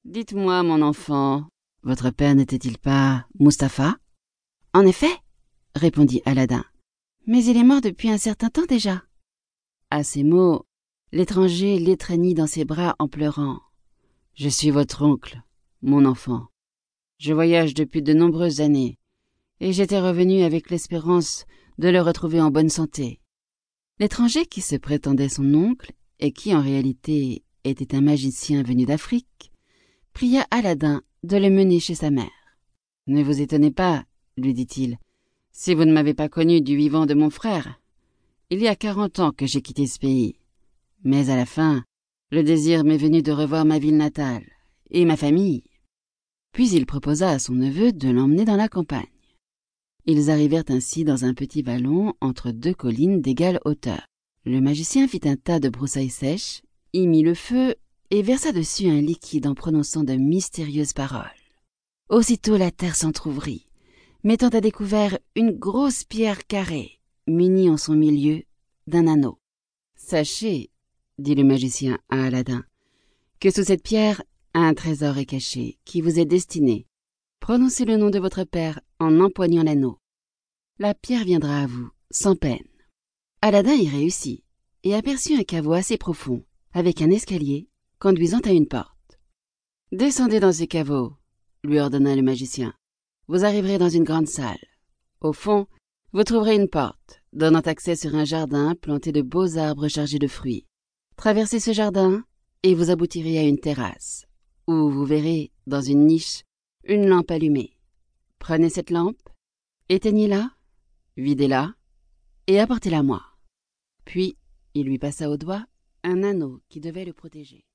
Dites-moi, mon enfant, votre père n'était-il pas Mustapha? En effet, répondit Aladin, mais il est mort depuis un certain temps déjà. À ces mots, l'étranger l'étreignit dans ses bras en pleurant. Je suis votre oncle, mon enfant. Je voyage depuis de nombreuses années, et j'étais revenu avec l'espérance de le retrouver en bonne santé. L'étranger qui se prétendait son oncle, et qui en réalité était un magicien venu d'Afrique, pria Aladin de le mener chez sa mère. « Ne vous étonnez pas, lui dit-il, si vous ne m'avez pas connu du vivant de mon frère. Il y a 40 ans que j'ai quitté ce pays. Mais à la fin, le désir m'est venu de revoir ma ville natale et ma famille. » Puis il proposa à son neveu de l'emmener dans la campagne. Ils arrivèrent ainsi dans un petit vallon entre deux collines d'égale hauteur. Le magicien fit un tas de broussailles sèches, y mit le feu et versa dessus un liquide en prononçant de mystérieuses paroles. Aussitôt la terre s'entr'ouvrit, mettant à découvert une grosse pierre carrée, munie en son milieu d'un anneau. « Sachez, dit le magicien à Aladin, que sous cette pierre un trésor est caché, qui vous est destiné. Prononcez le nom de votre père en empoignant l'anneau. La pierre viendra à vous, sans peine. » Aladin y réussit, et aperçut un caveau assez profond, avec un escalier conduisant à une porte. « Descendez dans ce caveau, lui ordonna le magicien. Vous arriverez dans une grande salle. Au fond, vous trouverez une porte, donnant accès sur un jardin planté de beaux arbres chargés de fruits. Traversez ce jardin, et vous aboutirez à une terrasse, où vous verrez, dans une niche, une lampe allumée. Prenez cette lampe, éteignez-la, videz-la, et apportez-la moi. Puis, il lui passa au doigt un anneau qui devait le protéger.